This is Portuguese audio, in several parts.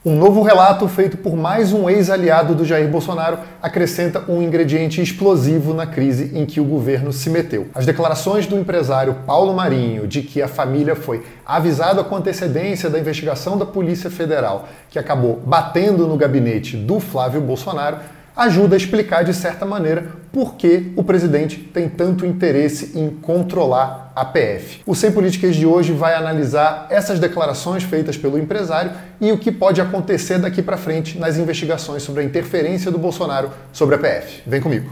Um novo relato feito por mais um ex-aliado do Jair Bolsonaro acrescenta um ingrediente explosivo na crise em que o governo se meteu. As declarações do empresário Paulo Marinho de que a família foi avisada com antecedência da investigação da Polícia Federal, que acabou batendo no gabinete do Flávio Bolsonaro, ajuda a explicar, de certa maneira, por que o presidente tem tanto interesse em controlar a PF. O Sem Políticas de hoje vai analisar essas declarações feitas pelo empresário e o que pode acontecer daqui para frente nas investigações sobre a interferência do Bolsonaro sobre a PF. Vem comigo.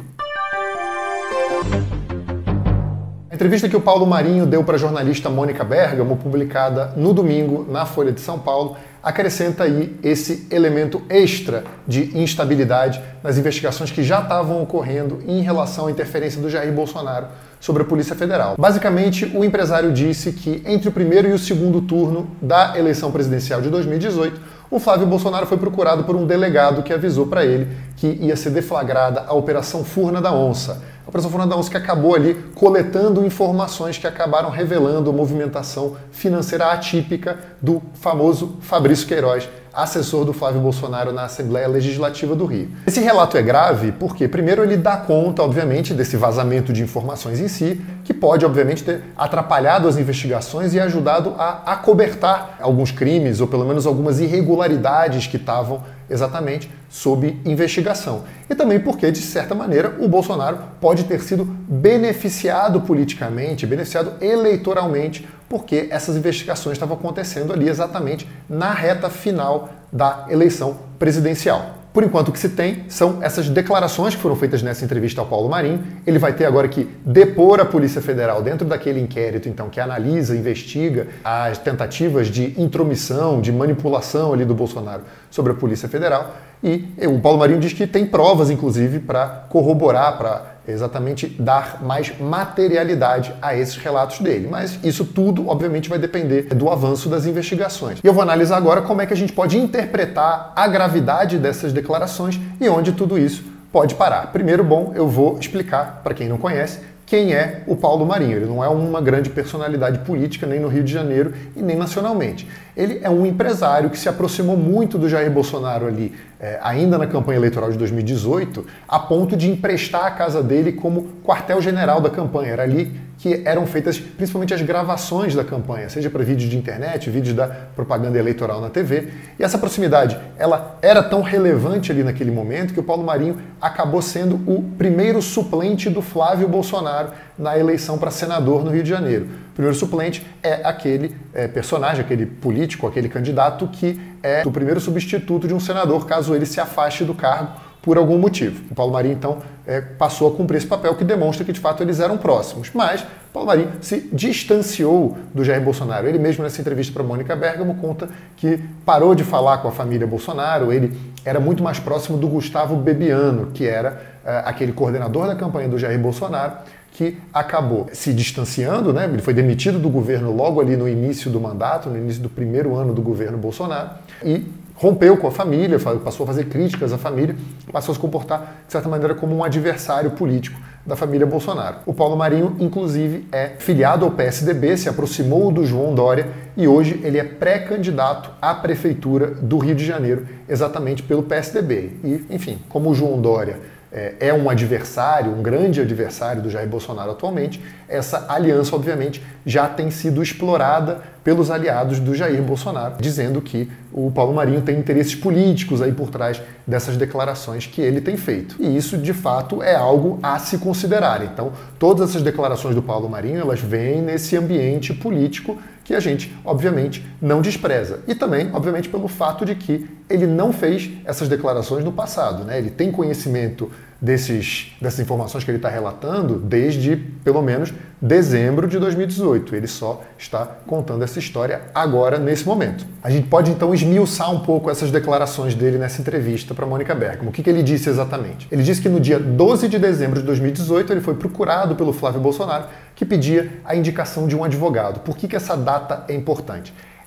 A entrevista que o Paulo Marinho deu para a jornalista Mônica Bergamo, publicada no domingo na Folha de São Paulo, acrescenta aí esse elemento extra de instabilidade nas investigações que já estavam ocorrendo em relação à interferência do Jair Bolsonaro sobre a Polícia Federal. Basicamente, o empresário disse que entre o primeiro e o segundo turno da eleição presidencial de 2018, o Flávio Bolsonaro foi procurado por um delegado que avisou para ele que ia ser deflagrada a Operação Furna da Onça. A Operação Furna da Onça que acabou ali coletando informações que acabaram revelando a movimentação financeira atípica do famoso Fabrício Queiroz, assessor do Flávio Bolsonaro na Assembleia Legislativa do Rio. Esse relato é grave porque, primeiro, ele dá conta, obviamente, desse vazamento de informações em si, que pode, obviamente, ter atrapalhado as investigações e ajudado a acobertar alguns crimes, ou pelo menos algumas irregularidades que estavam exatamente sob investigação. E também porque, de certa maneira, o Bolsonaro pode ter sido beneficiado politicamente, beneficiado eleitoralmente, porque essas investigações estavam acontecendo ali exatamente na reta final da eleição presidencial. Por enquanto, o que se tem são essas declarações que foram feitas nessa entrevista ao Paulo Marinho. Ele vai ter agora que depor a Polícia Federal dentro daquele inquérito, então, que analisa, investiga as tentativas de intromissão, de manipulação ali do Bolsonaro sobre a Polícia Federal. E o Paulo Marinho diz que tem provas, inclusive, para corroborar, para exatamente dar mais materialidade a esses relatos dele. Mas isso tudo, obviamente, vai depender do avanço das investigações. E eu vou analisar agora como é que a gente pode interpretar a gravidade dessas declarações e onde tudo isso pode parar. Primeiro, eu vou explicar, para quem não conhece, quem é o Paulo Marinho. Ele não é uma grande personalidade política, nem no Rio de Janeiro e nem nacionalmente. Ele é um empresário que se aproximou muito do Jair Bolsonaro ali, ainda na campanha eleitoral de 2018, a ponto de emprestar a casa dele como quartel-general da campanha. Era ali que eram feitas principalmente as gravações da campanha, seja para vídeos de internet, vídeos da propaganda eleitoral na TV. E essa proximidade, ela era tão relevante ali naquele momento que o Paulo Marinho acabou sendo o primeiro suplente do Flávio Bolsonaro na eleição para senador no Rio de Janeiro. O primeiro suplente é aquele personagem, aquele político, aquele candidato que é o primeiro substituto de um senador, caso ele se afaste do cargo por algum motivo. O Paulo Marinho, então, passou a cumprir esse papel que demonstra que, de fato, eles eram próximos. Mas Paulo Marinho se distanciou do Jair Bolsonaro. Ele mesmo, nessa entrevista para Mônica Bergamo, conta que parou de falar com a família Bolsonaro. Ele era muito mais próximo do Gustavo Bebiano, que era aquele coordenador da campanha do Jair Bolsonaro, que acabou se distanciando, né? Ele foi demitido do governo logo ali no início do mandato, no início do primeiro ano do governo Bolsonaro, e rompeu com a família, passou a fazer críticas à família, passou a se comportar, de certa maneira, como um adversário político da família Bolsonaro. O Paulo Marinho, inclusive, é filiado ao PSDB, se aproximou do João Dória e hoje ele é pré-candidato à prefeitura do Rio de Janeiro, exatamente pelo PSDB. E, enfim, como o João Dória é um adversário, um grande adversário do Jair Bolsonaro atualmente, essa aliança, obviamente, já tem sido explorada pelos aliados do Jair Bolsonaro, dizendo que o Paulo Marinho tem interesses políticos aí por trás dessas declarações que ele tem feito. E isso, de fato, é algo a se considerar. Então, todas essas declarações do Paulo Marinho, elas vêm nesse ambiente político que a gente, obviamente, não despreza. E também, obviamente, pelo fato de que ele não fez essas declarações no passado, né? Ele tem conhecimento dessas informações que ele está relatando desde, pelo menos, dezembro de 2018. Ele só está contando essa história agora, nesse momento. A gente pode, então, esmiuçar um pouco essas declarações dele nessa entrevista para Mônica Bergamo. O que ele disse exatamente? Ele disse que no dia 12 de dezembro de 2018 ele foi procurado pelo Flávio Bolsonaro, que pedia a indicação de um advogado. Por que essa data é importante?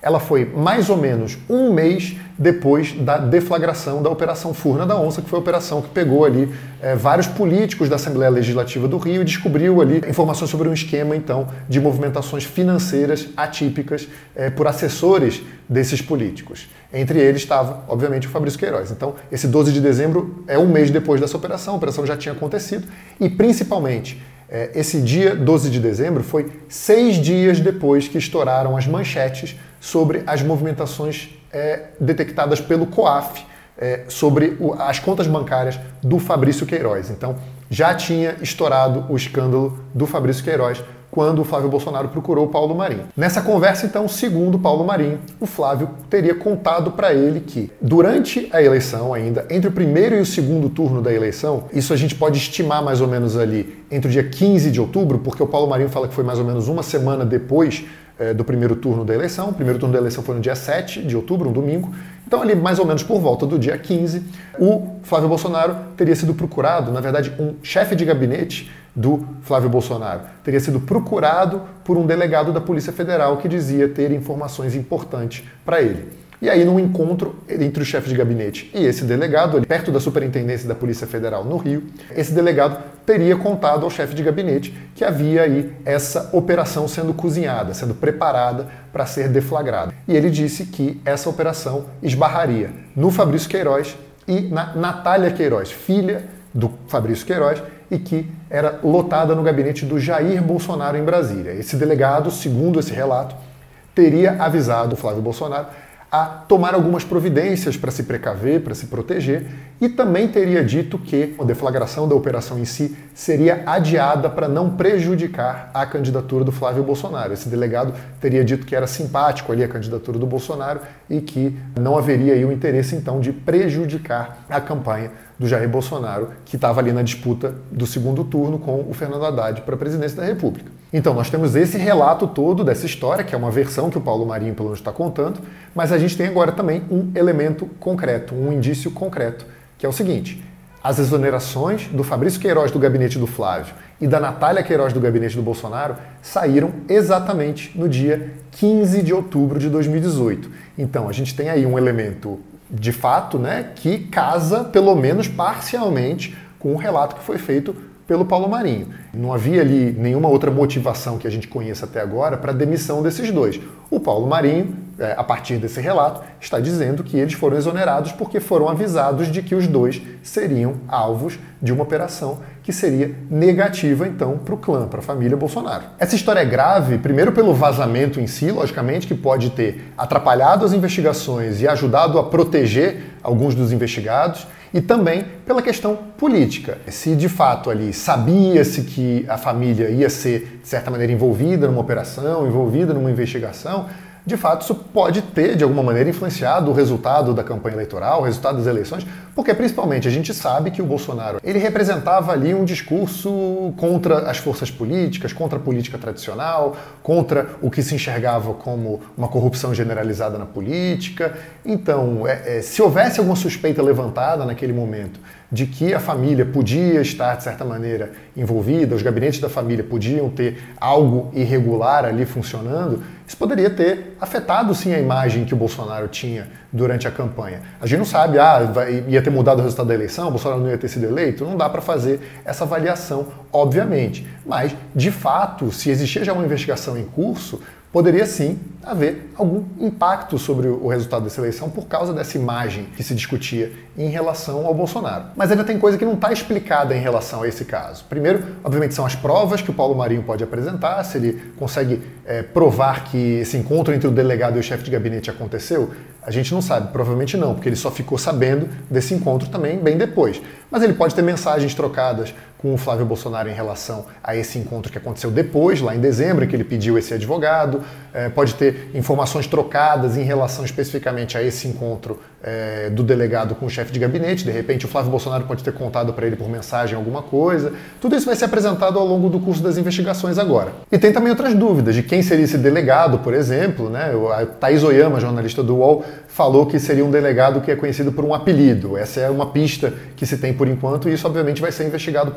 ela foi mais ou menos um mês depois da deflagração da Operação Furna da Onça, que foi a operação que pegou ali vários políticos da Assembleia Legislativa do Rio e descobriu ali informações sobre um esquema, então, de movimentações financeiras atípicas por assessores desses políticos. Entre eles estava, obviamente, o Fabrício Queiroz. Então, esse 12 de dezembro é um mês depois dessa operação, a operação já tinha acontecido e, principalmente, esse dia 12 de dezembro foi 6 dias depois que estouraram as manchetes sobre as movimentações detectadas pelo COAF sobre as contas bancárias do Fabrício Queiroz. Então, já tinha estourado o escândalo do Fabrício Queiroz quando o Flávio Bolsonaro procurou o Paulo Marinho. Nessa conversa, então, segundo Paulo Marinho, o Flávio teria contado para ele que, durante a eleição ainda, entre o primeiro e o segundo turno da eleição, isso a gente pode estimar mais ou menos ali entre o dia 15 de outubro, porque o Paulo Marinho fala que foi mais ou menos uma semana depois do primeiro turno da eleição. O primeiro turno da eleição foi no dia 7 de outubro, um domingo. Então, ali mais ou menos por volta do dia 15, o Flávio Bolsonaro teria sido procurado, na verdade, um chefe de gabinete do Flávio Bolsonaro teria sido procurado por um delegado da Polícia Federal que dizia ter informações importantes para ele. E aí, num encontro entre o chefe de gabinete e esse delegado, ali perto da Superintendência da Polícia Federal no Rio, esse delegado teria contado ao chefe de gabinete que havia aí essa operação sendo cozinhada, sendo preparada para ser deflagrada. E ele disse que essa operação esbarraria no Fabrício Queiroz e na Natália Queiroz, filha do Fabrício Queiroz, e que era lotada no gabinete do Jair Bolsonaro em Brasília. Esse delegado, segundo esse relato, teria avisado o Flávio Bolsonaro a tomar algumas providências para se precaver, para se proteger, e também teria dito que a deflagração da operação em si seria adiada para não prejudicar a candidatura do Flávio Bolsonaro. Esse delegado teria dito que era simpático ali a candidatura do Bolsonaro e que não haveria aí o interesse, então, de prejudicar a campanha do Jair Bolsonaro, que estava ali na disputa do segundo turno com o Fernando Haddad para a presidência da República. Então, nós temos esse relato todo dessa história, que é uma versão que o Paulo Marinho, pelo menos, está contando, mas a gente tem agora também um elemento concreto, um indício concreto, que é o seguinte: as exonerações do Fabrício Queiroz do gabinete do Flávio e da Natália Queiroz do gabinete do Bolsonaro saíram exatamente no dia 15 de outubro de 2018. Então, a gente tem aí um elemento de fato, né, que casa, pelo menos parcialmente, com o relato que foi feito pelo Paulo Marinho. Não havia ali nenhuma outra motivação que a gente conheça até agora para a demissão desses dois. O Paulo Marinho, a partir desse relato, está dizendo que eles foram exonerados porque foram avisados de que os dois seriam alvos de uma operação que seria negativa, então, para o clã, para a família Bolsonaro. Essa história é grave, primeiro pelo vazamento em si, logicamente, que pode ter atrapalhado as investigações e ajudado a proteger alguns dos investigados, e também pela questão política. Se de fato ali sabia-se que a família ia ser, de certa maneira, envolvida numa operação, envolvida numa investigação, de fato isso pode ter, de alguma maneira, influenciado o resultado da campanha eleitoral, o resultado das eleições, porque principalmente a gente sabe que o Bolsonaro, ele representava ali um discurso contra as forças políticas, contra a política tradicional, contra o que se enxergava como uma corrupção generalizada na política. Então, se houvesse alguma suspeita levantada naquele momento de que a família podia estar, de certa maneira, envolvida, os gabinetes da família podiam ter algo irregular ali funcionando, isso poderia ter afetado, sim, a imagem que o Bolsonaro tinha durante a campanha. A gente não sabe, ia ter mudado o resultado da eleição, o Bolsonaro não ia ter sido eleito, não dá para fazer essa avaliação, obviamente. Mas, de fato, se existia já uma investigação em curso, poderia sim haver algum impacto sobre o resultado dessa eleição por causa dessa imagem que se discutia em relação ao Bolsonaro. Mas ainda tem coisa que não está explicada em relação a esse caso. Primeiro, obviamente, são as provas que o Paulo Marinho pode apresentar, se ele consegue provar que esse encontro entre o delegado e o chefe de gabinete aconteceu. A gente não sabe, provavelmente não, porque ele só ficou sabendo desse encontro também bem depois. Mas ele pode ter mensagens trocadas com o Flávio Bolsonaro em relação a esse encontro que aconteceu depois, lá em dezembro, em que ele pediu esse advogado. Pode ter informações trocadas em relação especificamente a esse encontro do delegado com o chefe de gabinete. De repente, o Flávio Bolsonaro pode ter contado para ele por mensagem alguma coisa. Tudo isso vai ser apresentado ao longo do curso das investigações agora. E tem também outras dúvidas de quem seria esse delegado, por exemplo, né? A Thaís Oyama, jornalista do UOL, falou que seria um delegado que é conhecido por um apelido. Essa é uma pista que se tem por enquanto e isso, obviamente, vai ser investigado pela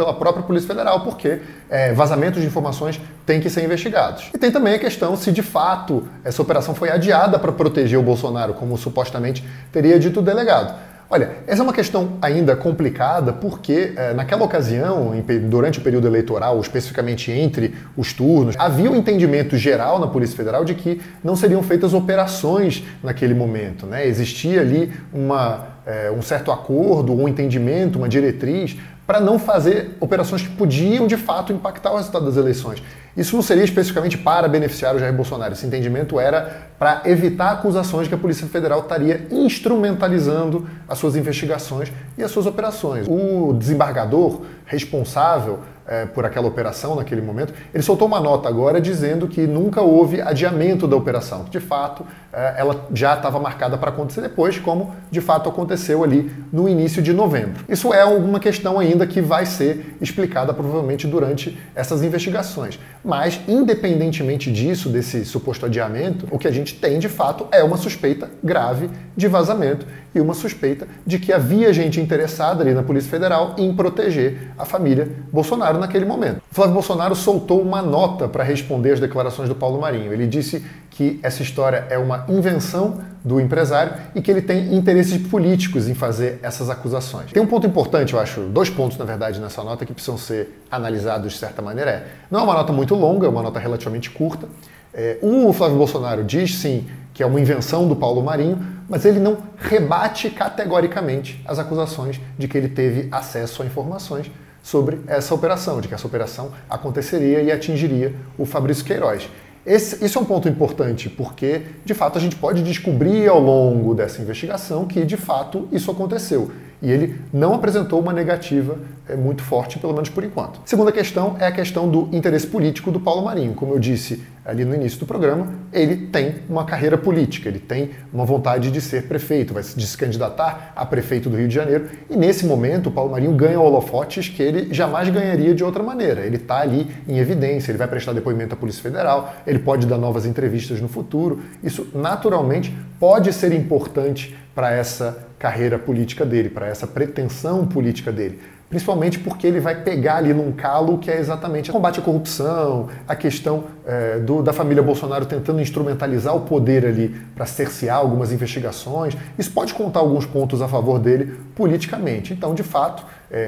pela própria Polícia Federal, porque vazamentos de informações têm que ser investigados. E tem também a questão se de fato essa operação foi adiada para proteger o Bolsonaro, como supostamente teria dito o delegado. Olha, essa é uma questão ainda complicada porque naquela ocasião, durante o período eleitoral, especificamente entre os turnos, havia um entendimento geral na Polícia Federal de que não seriam feitas operações naquele momento, né? Existia ali um certo acordo, um entendimento, uma diretriz para não fazer operações que podiam, de fato, impactar o resultado das eleições. Isso não seria especificamente para beneficiar o Jair Bolsonaro. Esse entendimento era para evitar acusações de que a Polícia Federal estaria instrumentalizando as suas investigações e as suas operações. O desembargador responsável por aquela operação naquele momento, ele soltou uma nota agora dizendo que nunca houve adiamento da operação, que de fato ela já estava marcada para acontecer depois, como de fato aconteceu ali no início de novembro. Isso é alguma questão ainda que vai ser explicada provavelmente durante essas investigações. Mas, independentemente disso, desse suposto adiamento, o que a gente tem de fato é uma suspeita grave de vazamento e uma suspeita de que havia gente interessada ali na Polícia Federal em proteger a família Bolsonaro naquele momento. O Flávio Bolsonaro soltou uma nota para responder às declarações do Paulo Marinho. Ele disse que essa história é uma invenção do empresário e que ele tem interesses políticos em fazer essas acusações. Tem um ponto importante, eu acho, 2 pontos, na verdade, nessa nota que precisam ser analisados de certa maneira. Não é uma nota muito longa, é uma nota relativamente curta. O Flávio Bolsonaro diz, sim, que é uma invenção do Paulo Marinho, mas ele não rebate categoricamente as acusações de que ele teve acesso a informações sobre essa operação, de que essa operação aconteceria e atingiria o Fabrício Queiroz. Isso é um ponto importante, porque, de fato, a gente pode descobrir ao longo dessa investigação que, de fato, isso aconteceu. E ele não apresentou uma negativa muito forte, pelo menos por enquanto. Segunda questão é a questão do interesse político do Paulo Marinho. Como eu disse ali no início do programa, ele tem uma carreira política, ele tem uma vontade de ser prefeito, vai se candidatar a prefeito do Rio de Janeiro, e nesse momento o Paulo Marinho ganha holofotes que ele jamais ganharia de outra maneira. Ele está ali em evidência, ele vai prestar depoimento à Polícia Federal, ele pode dar novas entrevistas no futuro. Isso, naturalmente, pode ser importante para essa carreira política dele, para essa pretensão política dele. Principalmente porque ele vai pegar ali num calo que é exatamente o combate à corrupção, a questão da família Bolsonaro tentando instrumentalizar o poder ali para cercear algumas investigações. Isso pode contar alguns pontos a favor dele politicamente. Então, de fato,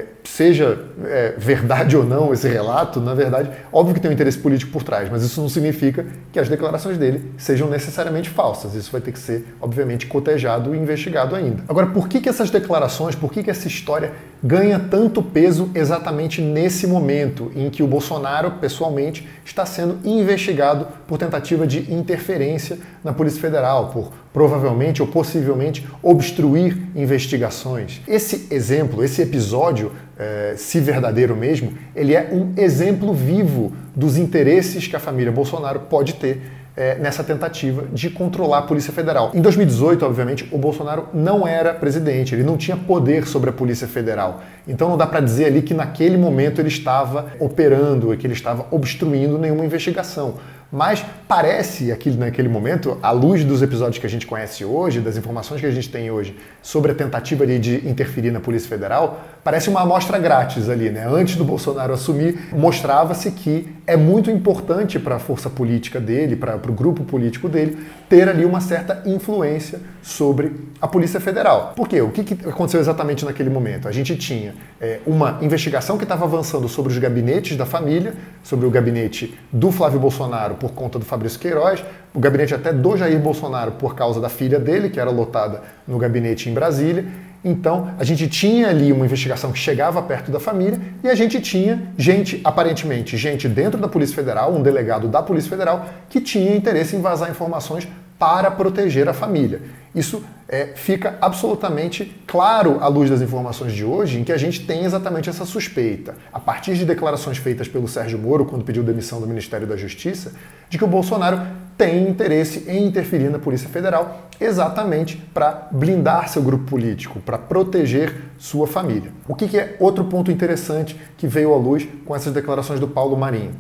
seja verdade ou não esse relato, na verdade, óbvio que tem um interesse político por trás, mas isso não significa que as declarações dele sejam necessariamente falsas. Isso vai ter que ser, obviamente, cotejado e investigado ainda. Agora, por que essas declarações, por que essa história ganha tanto peso exatamente nesse momento em que o Bolsonaro, pessoalmente, está sendo investigado por tentativa de interferência na Polícia Federal, por provavelmente ou possivelmente obstruir investigações? Esse exemplo, esse episódio, se verdadeiro mesmo, ele é um exemplo vivo dos interesses que a família Bolsonaro pode ter nessa tentativa de controlar a Polícia Federal. Em 2018, obviamente, o Bolsonaro não era presidente, ele não tinha poder sobre a Polícia Federal. Então não dá para dizer ali que naquele momento ele estava operando, que ele estava obstruindo nenhuma investigação. Mas parece, naquele momento, à luz dos episódios que a gente conhece hoje, das informações que a gente tem hoje sobre a tentativa ali de interferir na Polícia Federal, parece uma amostra grátis ali, né? Antes do Bolsonaro assumir, mostrava-se que é muito importante para a força política dele, para o grupo político dele, ter ali uma certa influência sobre a Polícia Federal. Por quê? O que aconteceu exatamente naquele momento? A gente tinha uma investigação que estava avançando sobre os gabinetes da família, sobre o gabinete do Flávio Bolsonaro por conta do Fabrício Queiroz, o gabinete até do Jair Bolsonaro por causa da filha dele, que era lotada no gabinete em Brasília. Então, a gente tinha ali uma investigação que chegava perto da família e a gente tinha aparentemente, gente dentro da Polícia Federal, um delegado da Polícia Federal, que tinha interesse em vazar informações para proteger a família. Isso fica absolutamente claro à luz das informações de hoje, em que a gente tem exatamente essa suspeita, a partir de declarações feitas pelo Sérgio Moro, quando pediu demissão do Ministério da Justiça, de que o Bolsonaro tem interesse em interferir na Polícia Federal exatamente para blindar seu grupo político, para proteger sua família. O que é outro ponto interessante que veio à luz com essas declarações do Paulo Marinho?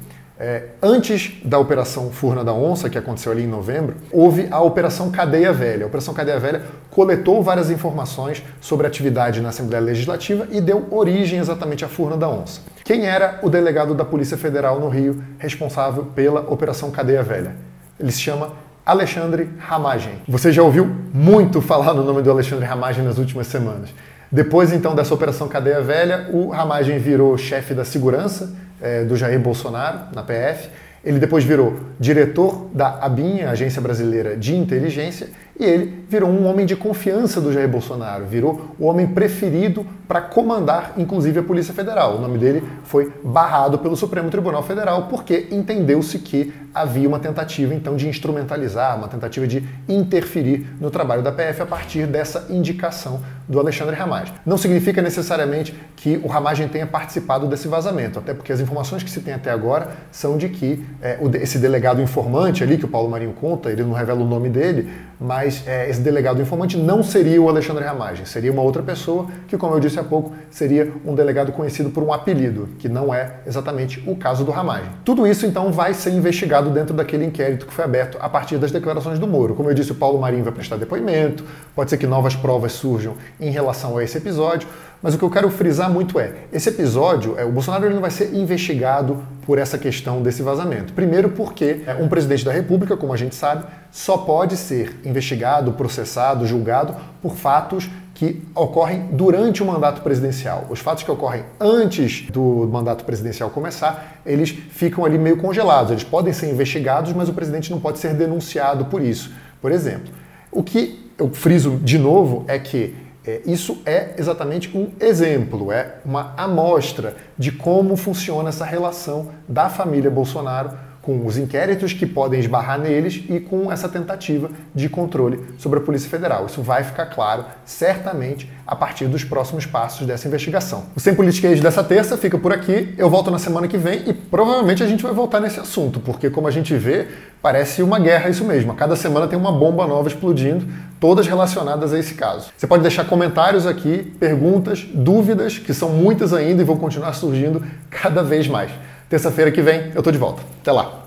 Antes da Operação Furna da Onça, que aconteceu ali em novembro, houve a Operação Cadeia Velha. A Operação Cadeia Velha coletou várias informações sobre a atividade na Assembleia Legislativa e deu origem exatamente à Furna da Onça. Quem era o delegado da Polícia Federal no Rio responsável pela Operação Cadeia Velha? Ele se chama Alexandre Ramagem. Você já ouviu muito falar no nome do Alexandre Ramagem nas últimas semanas. Depois, então, dessa Operação Cadeia Velha, o Ramagem virou chefe da segurança do Jair Bolsonaro, na PF. Ele depois virou diretor da ABIN, Agência Brasileira de Inteligência, e ele virou um homem de confiança do Jair Bolsonaro, virou o homem preferido para comandar, inclusive, a Polícia Federal. O nome dele foi barrado pelo Supremo Tribunal Federal porque entendeu-se que havia uma tentativa, então, de instrumentalizar, uma tentativa de interferir no trabalho da PF a partir dessa indicação do Alexandre Ramagem. Não significa necessariamente que o Ramagem tenha participado desse vazamento, até porque as informações que se tem até agora são de que esse delegado informante ali, que o Paulo Marinho conta, ele não revela o nome dele, mas esse delegado informante não seria o Alexandre Ramagem, seria uma outra pessoa que, como eu disse há pouco, seria um delegado conhecido por um apelido, que não é exatamente o caso do Ramagem. Tudo isso, então, vai ser investigado dentro daquele inquérito que foi aberto a partir das declarações do Moro. Como eu disse, o Paulo Marinho vai prestar depoimento, pode ser que novas provas surjam em relação a esse episódio, mas o que eu quero frisar muito esse episódio, o Bolsonaro ele não vai ser investigado por essa questão desse vazamento. Primeiro porque um presidente da República, como a gente sabe, só pode ser investigado, processado, julgado por fatos que ocorrem durante o mandato presidencial. Os fatos que ocorrem antes do mandato presidencial começar, eles ficam ali meio congelados. Eles podem ser investigados, mas o presidente não pode ser denunciado por isso. Por exemplo, o que eu friso de novo é que isso é exatamente um exemplo, é uma amostra de como funciona essa relação da família Bolsonaro com os inquéritos que podem esbarrar neles e com essa tentativa de controle sobre a Polícia Federal. Isso vai ficar claro, certamente, a partir dos próximos passos dessa investigação. O Sem Politiquês dessa terça fica por aqui. Eu volto na semana que vem e provavelmente a gente vai voltar nesse assunto, porque, como a gente vê, parece uma guerra isso mesmo. A cada semana tem uma bomba nova explodindo, todas relacionadas a esse caso. Você pode deixar comentários aqui, perguntas, dúvidas, que são muitas ainda e vão continuar surgindo cada vez mais. Terça-feira que vem eu tô de volta. Até lá!